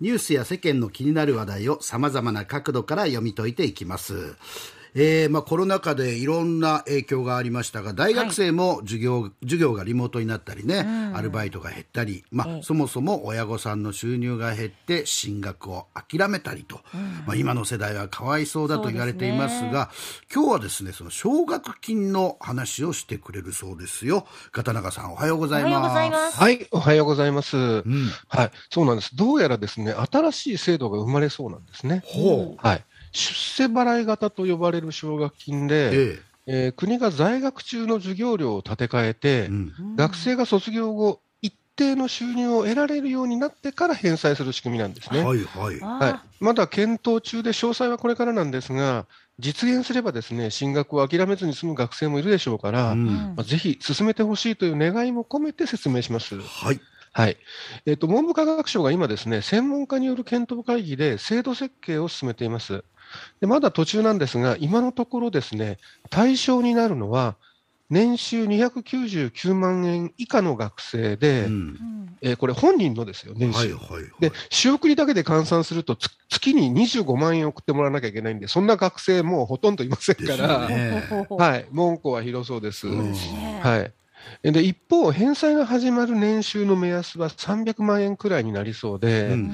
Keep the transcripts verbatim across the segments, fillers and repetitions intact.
ニュースや世間の気になる話題を様々な角度から読み解いていきます。えーまあ、コロナ禍でいろんな影響がありましたが、大学生も授業、はい、授業がリモートになったりね、うん、アルバイトが減ったり、まあええ、そもそも親御さんの収入が減って進学を諦めたりと、うんまあ、今の世代はかわいそうだと言われていますが、す、ね、今日はですね、その奨学金の話をしてくれるそうですよ。片永さん、おはようございます。 おはようございます。 はい、おはようございます。うん、はい、そうなんです。どうやらですね、新しい制度が生まれそうなんですね。 ほう。 はい。出世払い型と呼ばれる奨学金で、えええー、国が在学中の授業料を立て替えて、うん、学生が卒業後、一定の収入を得られるようになってから返済する仕組みなんですね。 はいはいはい、まだ検討中で、詳細はこれからなんですが、実現すればですね、進学を諦めずに済む学生もいるでしょうから、うんまあ、ぜひ進めてほしいという願いも込めて説明します。 はい。 はいえーと、文部科学省が今ですね、専門家による検討会議で制度設計を進めています。でまだ途中なんですが、今のところですね、対象になるのは年収にひゃくきゅうじゅうきゅうまんえん以下の学生で、うんえー、これ本人のですよ、年収、はいはいはい、で仕送りだけで換算すると月ににじゅうごまんえん送ってもらわなきゃいけないんで、そんな学生もうほとんどいませんから、ねはい、門戸は広そうです。うんはいで一方、返済が始まる年収の目安はさんびゃくまんえんくらいになりそうで、うん、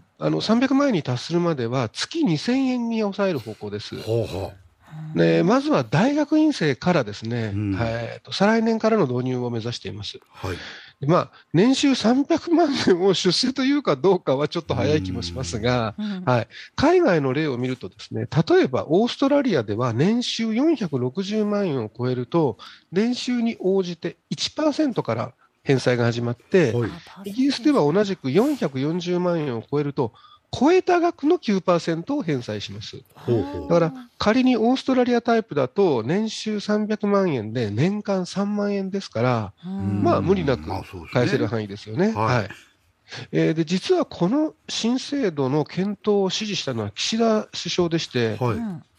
あのさんびゃくまんえんに達するまでは月にせんえんに抑える方向です。ほうほうでまずは大学院生からですね、うんはい、再来年からの導入を目指しています。はいまあ、年収さんびゃくまんえんを出世というかどうかはちょっと早い気もしますが、はい、海外の例を見るとですね、例えばオーストラリアでは年収よんひゃくろくじゅうまんえんを超えると年収に応じて いちパーセント から返済が始まって、はい、イギリスでは同じくよんひゃくよんじゅうまんえんを超えると超えた額の きゅうパーセント を返済します。だから仮にオーストラリアタイプだと年収さんびゃくまんえんで年間さんまんえんですから、まあ無理なく返せる範囲ですよね。まあはいはいえー、で実はこの新制度の検討を指示したのは岸田首相でして、はい、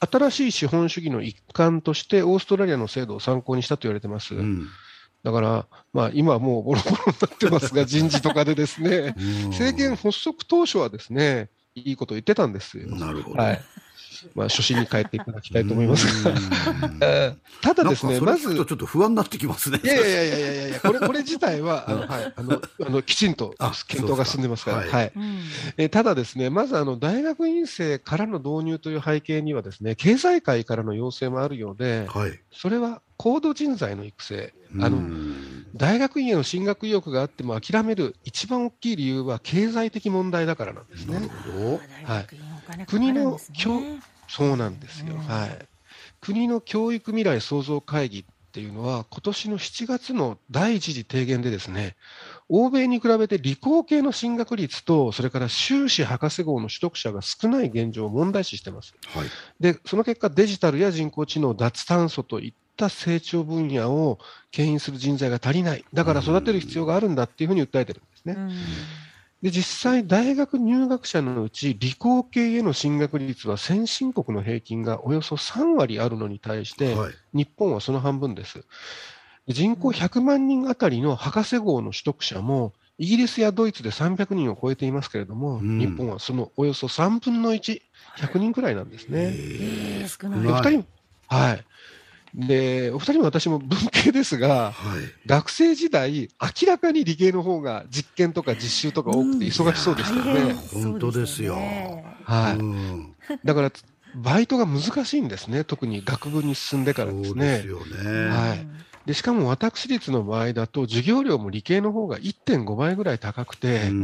新しい資本主義の一環としてオーストラリアの制度を参考にしたと言われています。うんだから、まあ、今はもうボロボロになってますが、人事とかでですね、政権発足当初はですね、いいこと言ってたんですよ。 なるほど。 はいまあ、初心に帰っていただきたいと思いますが、ただですね、まず、 ちょっと不安になってきますね。 いやいやいやいやいやいや、これこれ自体はあの、はい、あのあのきちんと検討が進んでますから、はいはいえただですね、まずあの大学院生からの導入という背景にはですね、経済界からの要請もあるようで、はい、それは高度人材の育成。あの大学院への進学意欲があっても諦める一番大きい理由は経済的問題だからなんですね。なるほど。はい、国の教そうなんですよ、うんはい、国の教育未来創造会議っていうのは今年のしちがつの第一次提言でですね、欧米に比べて理工系の進学率とそれから修士博士号の取得者が少ない現状を問題視しています。はい、でその結果、デジタルや人工知能、脱炭素といった成長分野を牽引する人材が足りない、だから育てる必要があるんだっていうふうに訴えてるんですね。うんで実際、大学入学者のうち理工系への進学率は先進国の平均がおよそさんわりあるのに対して、はい、日本はその半分です。人口ひゃくまんにんあたりの博士号の取得者もイギリスやドイツでさんびゃくにんを超えていますけれども、うん、日本はそのおよそさんぶんのいち、ひゃくにんくらいなんですね。 えー、少ない。 でお二人はいでお二人も私も文系ですが、はい、学生時代明らかに理系の方が実験とか実習とか多くて忙しそうでしたよね。 うん、本当ですよ、 はいうん、だからバイトが難しいんですね、特に学部に進んでからですね。 そうですよね、 はい、でしかも私立の場合だと授業料も理系の方が いってんごばいぐらい高くて、うん、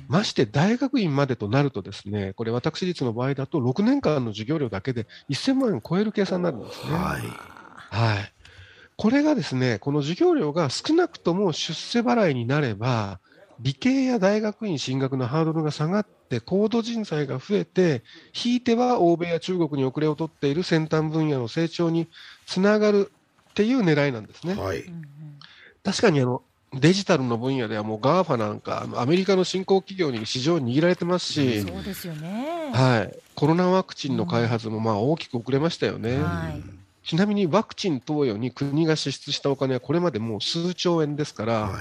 まして大学院までとなるとですね、これ私立の場合だとろくねんかんの授業料だけでせんまんえん超える計算になるんですね。はいはい、これがですね、この授業料が少なくとも出世払いになれば、理系や大学院進学のハードルが下がって高度人材が増えて、ひいては欧米や中国に遅れを取っている先端分野の成長につながるっていう狙いなんですね。はい、確かにあのデジタルの分野ではもう ガーファ なんかあのアメリカの新興企業に市場を握られてますし、 そうですよね、 はい、コロナワクチンの開発もまあ大きく遅れましたよね。はいちなみにワクチン投与に国が支出したお金はこれまでもう数兆円ですから、はい、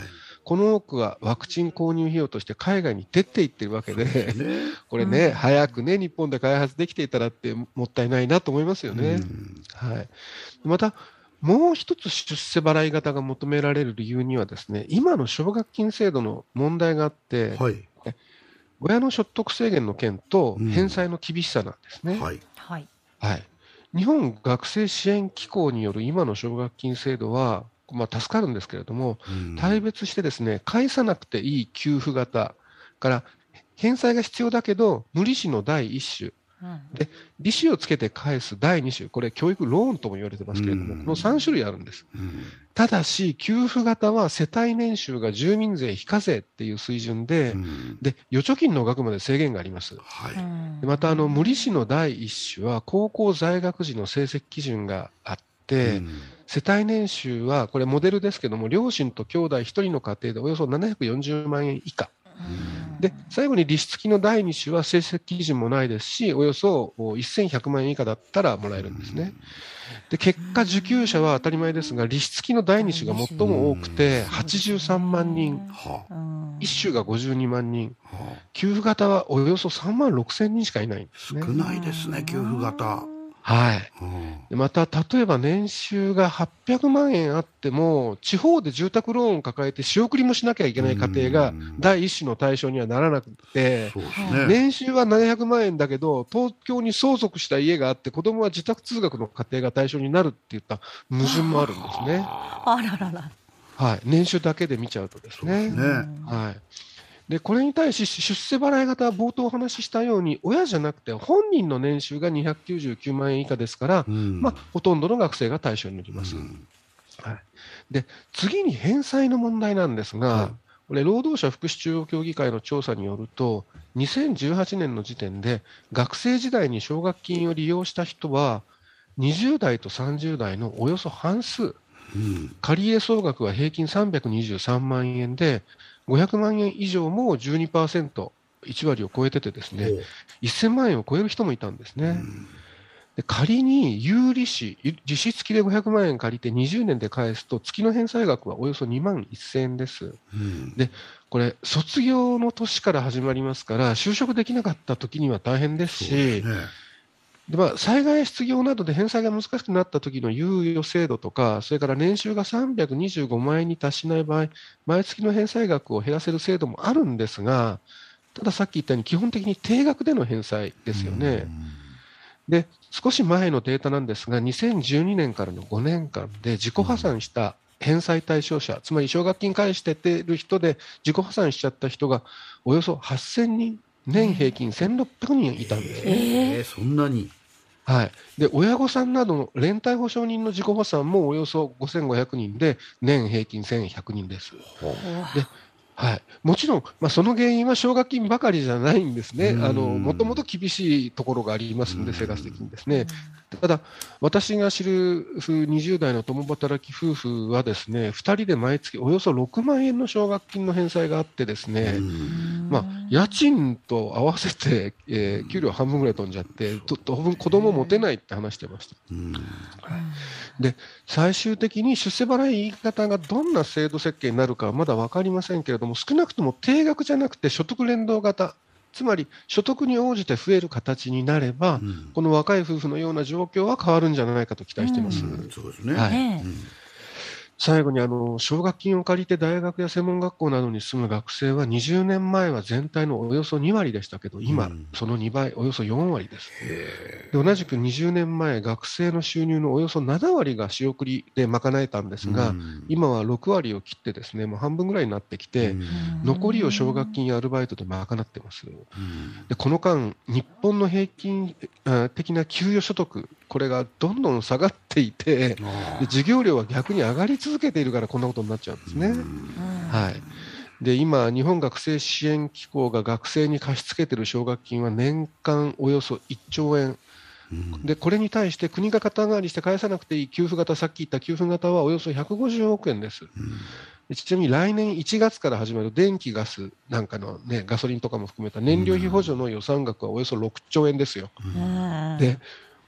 この多くはワクチン購入費用として海外に出ていってるわけで、 ねこれね、 うん早くね、日本で開発できていたらってもったいないなと思いますよね。 うんはい、また、もう一つ出世払い型が求められる理由にはですね、今の奨学金制度の問題があって、 はい親の所得制限の件とうん返済の厳しさなんですね。 はいはい。 はい、日本学生支援機構による今の奨学金制度は、まあ、助かるんですけれども、 うん大別してですね、返さなくていい給付型から返済が必要だけど無利子の第一種うんで、利子をつけて返すだいに種、これ教育ローンとも言われてますけれども、 うんこのさん種類あるんです。 うんただし、給付型は世帯年収が住民税非課税っていう水準で、 うんで預貯金の額まで制限があります。 はいうんでまた、あの無利子の第一種は高校在学時の成績基準があって、 うん世帯年収は、これモデルですけども、両親と兄弟ひとりの家庭でおよそななひゃくよんじゅうまんえん以下。 うんで、最後に利子付きの第二種は成績基準もないですし、およそせんひゃくまんえん以下だったらもらえるんですね。で、結果、受給者は当たり前ですが、利子付きの第二種が最も多くて、はちじゅうさんまんにん、 はうん一種がごじゅうにまんにん、 あはあ給付型はおよそさんまんろくせんにんしかいないんですね。 少ないですね給付型はい。 うんでまた、例えば年収がはっぴゃくまんえんあっても、地方で住宅ローンを抱えて仕送りもしなきゃいけない家庭がうん第一種の対象にはならなくて、 そうですね年収はななひゃくまんえんだけど、東京に相続した家があって、子供は自宅通学の家庭が対象になるっていった矛盾もあるんですね。 あららら。 はい。年収だけで見ちゃうとですね。 ねはい。で、これに対し、出世払い型は冒頭お話ししたように、親じゃなくて本人の年収がにひゃくきゅうじゅうきゅうまんえん以下ですから、 うんまあ、ほとんどの学生が対象になります。 うんはい。で、次に返済の問題なんですが、 はいこれ、労働者福祉中央協議会の調査によると、にせんじゅうはちねんの時点で、学生時代に奨学金を利用した人は、にじゅう代とさんじゅう代のおよそ半数、 うん借り入れ総額は平均さんびゃくにじゅうさんまんえんで、ごひゃくまんえん以上も じゅうにパーセント、いち割を超えててですね、せんまんえんを超える人もいたんですね。 うんで仮に有利子、利子付きでごひゃくまんえん借りてにじゅうねんで返すと、月の返済額はおよそにまんせんえんです。 うんで、これ、卒業の年から始まりますから、就職できなかった時には大変ですそうでし、 すねでまあ、災害失業などで返済が難しくなった時の猶予制度とか、それから年収がさんびゃくにじゅうごまんえんに達しない場合、毎月の返済額を減らせる制度もあるんですが、たださっき言ったように、基本的に定額での返済ですよね。で、少し前のデータなんですが、にせんじゅうにねんからのごねんかんで自己破産した返済対象者、つまり奨学金返しててる人で自己破産しちゃった人がおよそはっせんにん、年平均せんろっぴゃくにんいたんですね。 えーそんなにはい、で親御さんなどの連帯保証人の自己破産もおよそごせんごひゃくにんで、年平均せんひゃくにんです。 うわではい、もちろん、まあ、その原因は奨学金ばかりじゃないんですね。 うんあのもともと厳しいところがありますので、生活的にですね。ただ、私が知るにじゅう代の共働き夫婦はですね、ふたりで毎月およそろくまんえんの奨学金の返済があってですね、 うんまあ、家賃と合わせて、えー給料半分ぐらい飛んじゃって、と当分子供持てないって話してました。 うんで、最終的に出世払い型がどんな制度設計になるかはまだ分かりませんけれども、少なくとも定額じゃなくて所得連動型、つまり所得に応じて増える形になれば、 うんこの若い夫婦のような状況は変わるんじゃないかと期待しています。 うんそうですねはいねえうん最後にあの奨学金を借りて大学や専門学校などに進む学生はにじゅうねんまえは全体のおよそに割でしたけど、今、 うんそのにばい、およそよん割です。 へで同じくにじゅうねんまえ、学生の収入のおよそなな割が仕送りで賄えたんですが、 うん今はろく割を切ってですね、もう半分ぐらいになってきて、 うん残りを奨学金やアルバイトで賄ってます。 うんでこの間、日本の平均あ的な給与所得、これがどんどん下がっていて、 あで授業料は逆に上がり続けているからこんなことになっちゃうんですね。はい、で今、日本学生支援機構が学生に貸し付けている奨学金は年間およそいっちょうえんうんで、これに対して国が肩代わりして返さなくていい給付型、さっき言った給付型はおよそひゃくごじゅうおくえんです。でちなみに来年いちがつから始まる電気、ガスなんかの、ね、ガソリンとかも含めた燃料費補助の予算額はおよそろくちょうえんですよ。 うんで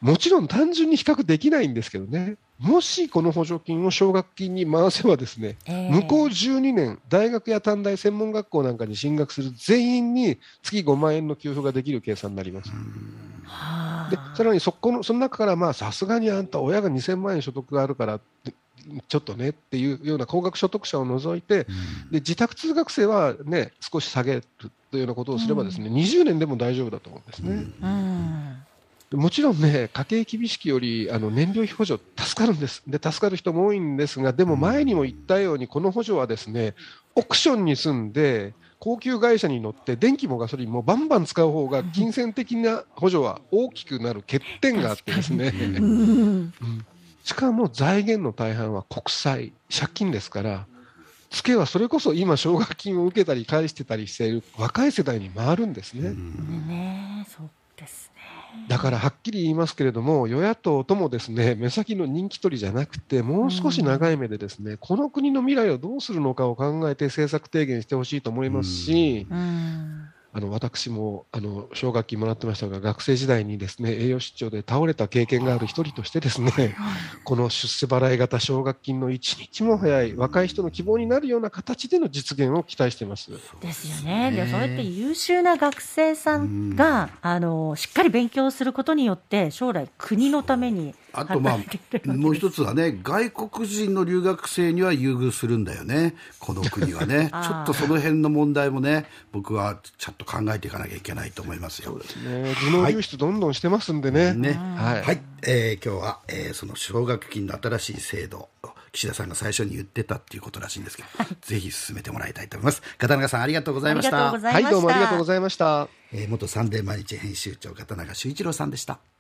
もちろん単純に比較できないんですけどね、もしこの補助金を奨学金に回せばですね、 えー向こうじゅうにねん、大学や短大、専門学校なんかに進学する全員に月ごまんえんの給付ができる計算になります。 はあでさらにそこのその中からまあさすがにあんた親がにせんまんえん所得があるからってちょっとねっていうような高額所得者を除いて、で自宅通学生は、ね、少し下げるというようなことをすればですね、にじゅうねんでも大丈夫だと思うんですね。 うんもちろんね、家計厳しきよりあの燃料費補助助かるんです。で助かる人も多いんですが、でも前にも言ったようにこの補助はですね、オークションに住んで高級会社に乗って電気もガソリンもバンバン使う方が金銭的な補助は大きくなる欠点があってですね、 うんしかも財源の大半は国債、借金ですから、ツケはそれこそ今奨学金を受けたり返してたりしている若い世代に回るんですね。 ね、そうですね。 だからはっきり言いますけれども、与野党ともですね、目先の人気取りじゃなくて、もう少し長い目でですね、この国の未来をどうするのかを考えて政策提言してほしいと思いますし、 うんあの私もあの奨学金もらってましたが、学生時代にですね栄養失調で倒れた経験がある一人としてですね、この出世払い型奨学金の一日も早い若い人の希望になるような形での実現を期待しています。 ですよね。でそうやって優秀な学生さんがあのしっかり勉強することによって将来国のためにあとまあ働いてくれるわけです。 もう一つはね、外国人の留学生には優遇するんだよね、この国はね。 あーちょっとその辺の問題もね、僕はちゃんと考えていかなきゃいけないと思いますよ。 そうですね、頭脳流出どんどんしてますんでね。 ね、 はいはい、えー今日は、えーその奨学金の新しい制度、岸田さんが最初に言ってたっていうことらしいんですけど、ぜひ進めてもらいたいと思います。片永さんありがとうございましありがとうた。 ございました。 はい、どうもありがとうございました。 えー元サンデー毎日編集長片永修一郎さんでした。